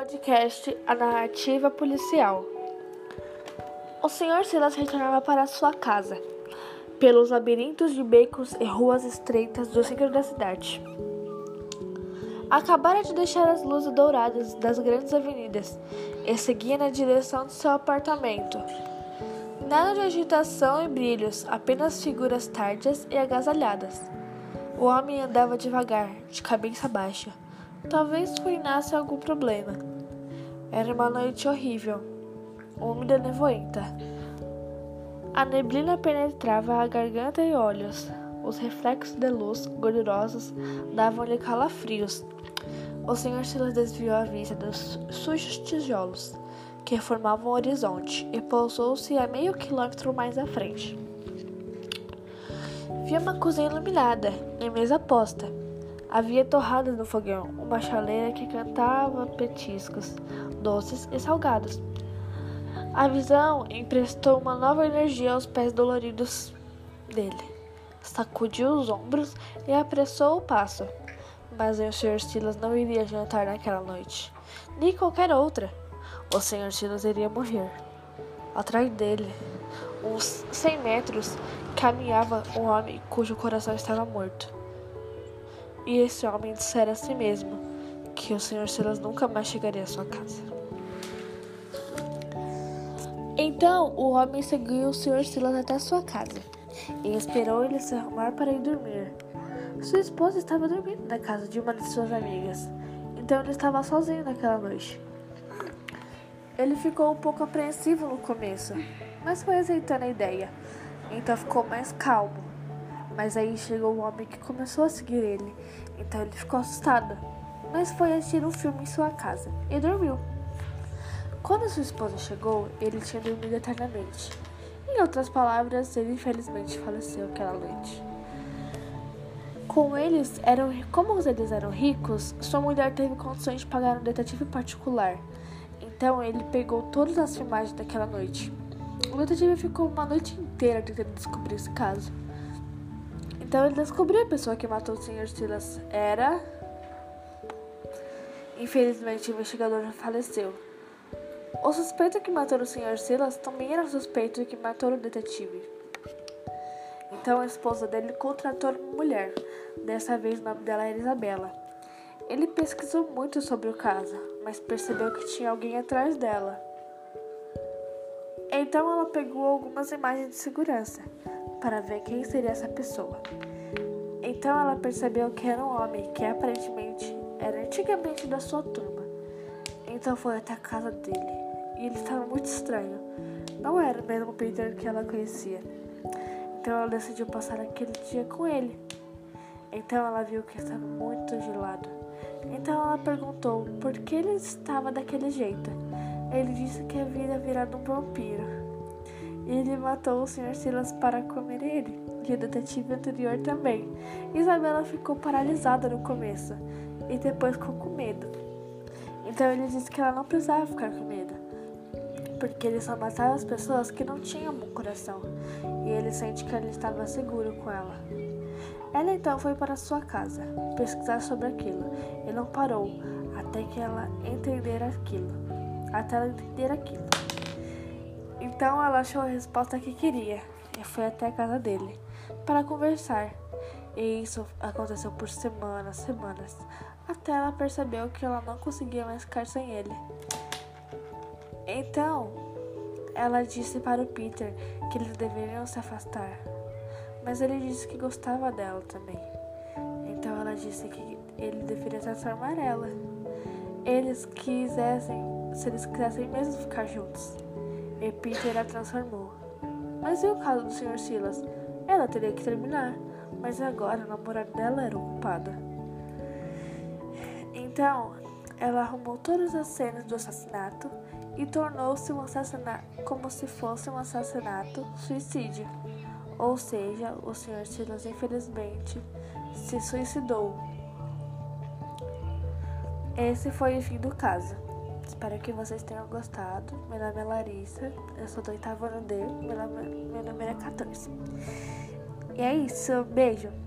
podcast A Narrativa Policial. O Sr. Silas retornava para sua casa, pelos labirintos de becos e ruas estreitas do centro da cidade. Acabara de deixar as luzes douradas das grandes avenidas e seguia na direção de seu apartamento. Nada de agitação e brilhos, apenas figuras tardias e agasalhadas. O homem andava devagar, de cabeça baixa. Talvez ruinasse algum problema. Era uma noite horrível, úmida e nevoenta. A neblina penetrava a garganta e olhos. Os reflexos de luz gordurosos davam-lhe calafrios. O Sr. Silas desviou a vista dos sujos tijolos que formavam o horizonte e pousou-se a meio quilômetro mais à frente. Via uma cozinha iluminada e mesa posta. Havia torradas no fogão, uma chaleira que cantava petiscos, doces e salgados. A visão emprestou uma nova energia aos pés doloridos dele. Sacudiu os ombros e apressou o passo. Mas o Sr. Silas não iria jantar naquela noite, nem qualquer outra. O Sr. Silas iria morrer. Atrás dele, uns 100 metros, caminhava um homem cujo coração estava morto. E esse homem dissera a si mesmo que o Sr. Silas nunca mais chegaria à sua casa. Então o homem seguiu o Sr. Silas até sua casa e esperou ele se arrumar para ir dormir. Sua esposa estava dormindo na casa de uma de suas amigas, então ele estava sozinho naquela noite. Ele ficou um pouco apreensivo no começo, mas foi aceitando a ideia, então ficou mais calmo. Mas aí chegou um homem que começou a seguir ele, então ele ficou assustado, mas foi assistir um filme em sua casa e dormiu. Quando sua esposa chegou, ele tinha dormido eternamente. Em outras palavras, ele infelizmente faleceu aquela noite. Como eles eram ricos, sua mulher teve condições de pagar um detetive particular. Então ele pegou todas as filmagens daquela noite. O detetive ficou uma noite inteira tentando descobrir esse caso. Então ele descobriu a pessoa que matou o Sr. Silas era... Infelizmente, o investigador já faleceu. O suspeito que matou o Sr. Silas também era o suspeito que matou o detetive. Então a esposa dele contratou uma mulher. Dessa vez o nome dela era Isabela. Ele pesquisou muito sobre o caso, mas percebeu que tinha alguém atrás dela. Então ela pegou algumas imagens de segurança para ver quem seria essa pessoa. Então ela percebeu que era um homem que aparentemente era antigamente da sua turma. Então foi até a casa dele e ele estava muito estranho. Não era o mesmo Peter que ela conhecia. Então ela decidiu passar aquele dia com ele. Então ela viu que estava muito gelado. Então ela perguntou por que ele estava daquele jeito. Ele disse que havia virado um vampiro. Ele matou o Sr. Silas para comer ele, e o detetive anterior também. Isabela ficou paralisada no começo, e depois ficou com medo. Então ele disse que ela não precisava ficar com medo, porque ele só matava as pessoas que não tinham bom coração, e ele sente que ele estava seguro com ela. Ela então foi para sua casa, pesquisar sobre aquilo, e não parou até ela entender aquilo. Então ela achou a resposta que queria e foi até a casa dele para conversar. E isso aconteceu por semanas, até ela percebeu que ela não conseguia mais ficar sem ele. Então ela disse para o Peter que eles deveriam se afastar, mas ele disse que gostava dela também. Então ela disse que ele deveria transformar ela. Se eles quisessem mesmo ficar juntos. E Peter a transformou. Mas e o caso do Sr. Silas? Ela teria que terminar, mas agora o namorado dela era o culpado. Então, ela arrumou todas as cenas do assassinato e tornou-se um assassinato como se fosse um assassinato-suicídio. Ou seja, o Sr. Silas infelizmente se suicidou. Esse foi o fim do caso. Espero que vocês tenham gostado. Meu nome é Larissa, eu sou do 8º ano D, meu número é 14. E é isso, beijo!